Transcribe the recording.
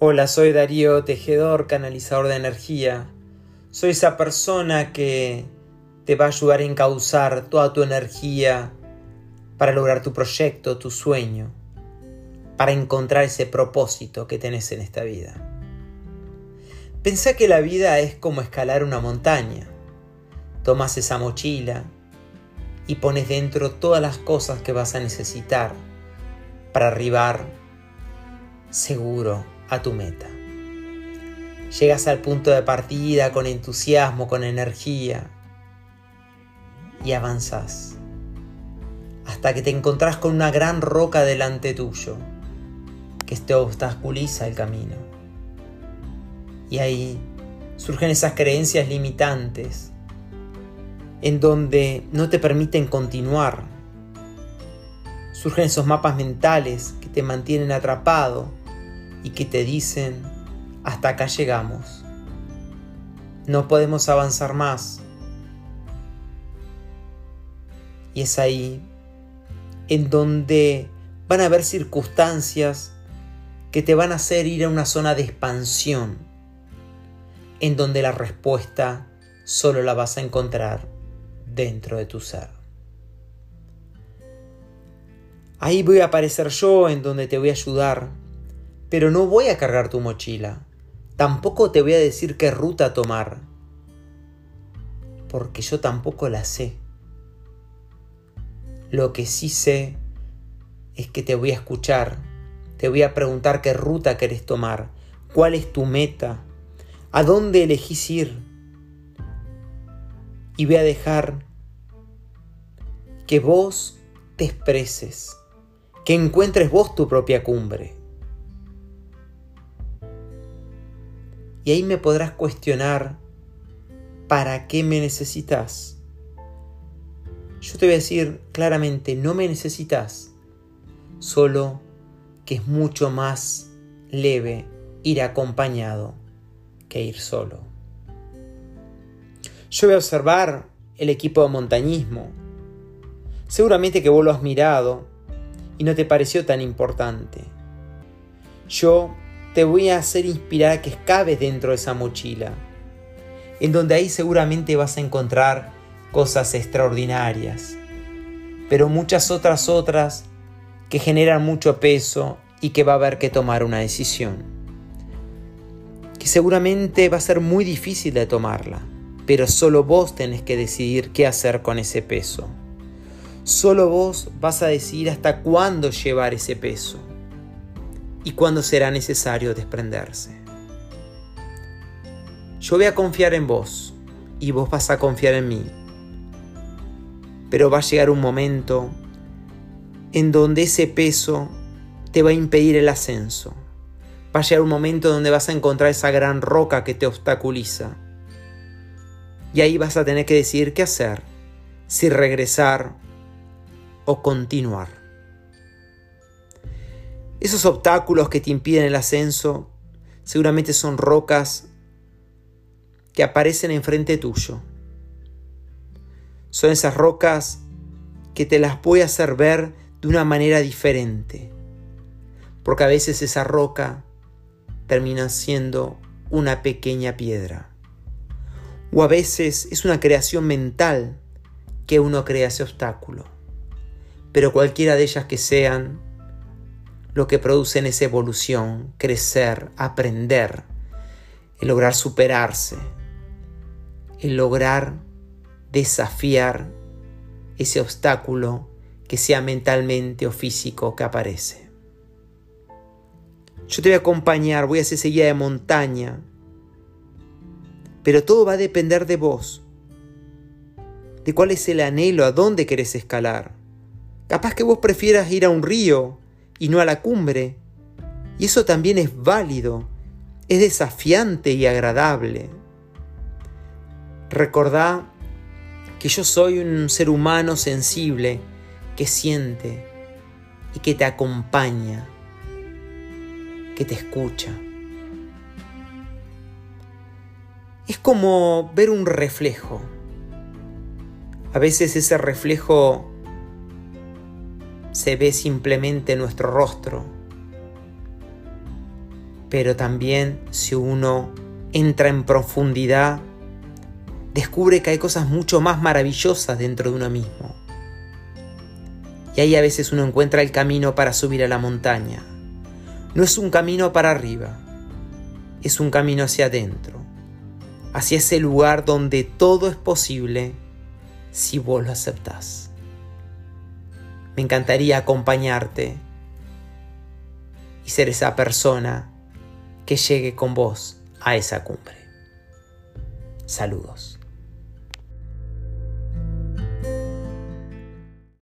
Hola, soy Darío Tejedor, canalizador de energía. Soy esa persona que te va a ayudar a encauzar toda tu energía para lograr tu proyecto, tu sueño, para encontrar ese propósito que tenés en esta vida. Pensá que la vida es como escalar una montaña. Tomás esa mochila y pones dentro todas las cosas que vas a necesitar para arribar seguro a tu meta. Llegas al punto de partida con entusiasmo, con energía y avanzás hasta que te encontrás con una gran roca delante tuyo que te obstaculiza el camino. Y ahí surgen esas creencias limitantes en donde no te permiten continuar. Surgen esos mapas mentales que te mantienen atrapado y que te dicen: hasta acá llegamos, no podemos avanzar más. Y es ahí en donde van a haber circunstancias que te van a hacer ir a una zona de expansión, en donde la respuesta solo la vas a encontrar dentro de tu ser. Ahí voy a aparecer yo, en donde te voy a ayudar, pero no voy a cargar tu mochila. Tampoco te voy a decir qué ruta tomar, porque yo tampoco la sé. Lo que sí sé es que te voy a escuchar, te voy a preguntar qué ruta querés tomar, cuál es tu meta, a dónde elegís ir. Y voy a dejar que vos te expreses, que encuentres vos tu propia cumbre. Y ahí me podrás cuestionar: ¿para qué me necesitas? Yo te voy a decir claramente: no me necesitas, solo que es mucho más leve ir acompañado que ir solo. Yo voy a observar el equipo de montañismo. Seguramente que vos lo has mirado y no te pareció tan importante. Yo te voy a hacer inspirar a que cabes dentro de esa mochila, en donde ahí seguramente vas a encontrar cosas extraordinarias, pero muchas otras que generan mucho peso y que va a haber que tomar una decisión, que seguramente va a ser muy difícil de tomarla, pero solo vos tenés que decidir qué hacer con ese peso. Solo vos vas a decidir hasta cuándo llevar ese peso y cuándo será necesario desprenderse. Yo voy a confiar en vos y vos vas a confiar en mí, pero va a llegar un momento en donde ese peso te va a impedir el ascenso. Va a llegar un momento donde vas a encontrar esa gran roca que te obstaculiza. Y ahí vas a tener que decidir qué hacer, si regresar o continuar. Esos obstáculos que te impiden el ascenso seguramente son rocas que aparecen enfrente tuyo. Son esas rocas que te las voy a hacer ver de una manera diferente, porque a veces esa roca termina siendo una pequeña piedra, o a veces es una creación mental que uno crea ese obstáculo. Pero cualquiera de ellas que sean, lo que producen es evolución, crecer, aprender, el lograr superarse, el lograr desafiar ese obstáculo que sea mentalmente o físico que aparece. Yo te voy a acompañar, voy a hacer esa guía de montaña, pero todo va a depender de vos, de cuál es el anhelo, a dónde querés escalar. Capaz que vos prefieras ir a un río y no a la cumbre, y eso también es válido, es desafiante y agradable. Recordá que yo soy un ser humano sensible que siente y que te acompaña, que te escucha. Es como ver un reflejo. A veces ese reflejo se ve simplemente nuestro rostro, pero también si uno entra en profundidad, descubre que hay cosas mucho más maravillosas dentro de uno mismo. Y ahí a veces uno encuentra el camino para subir a la montaña. No es un camino para arriba, es un camino hacia adentro, hacia ese lugar donde todo es posible si vos lo aceptás. Me encantaría acompañarte y ser esa persona que llegue con vos a esa cumbre. Saludos.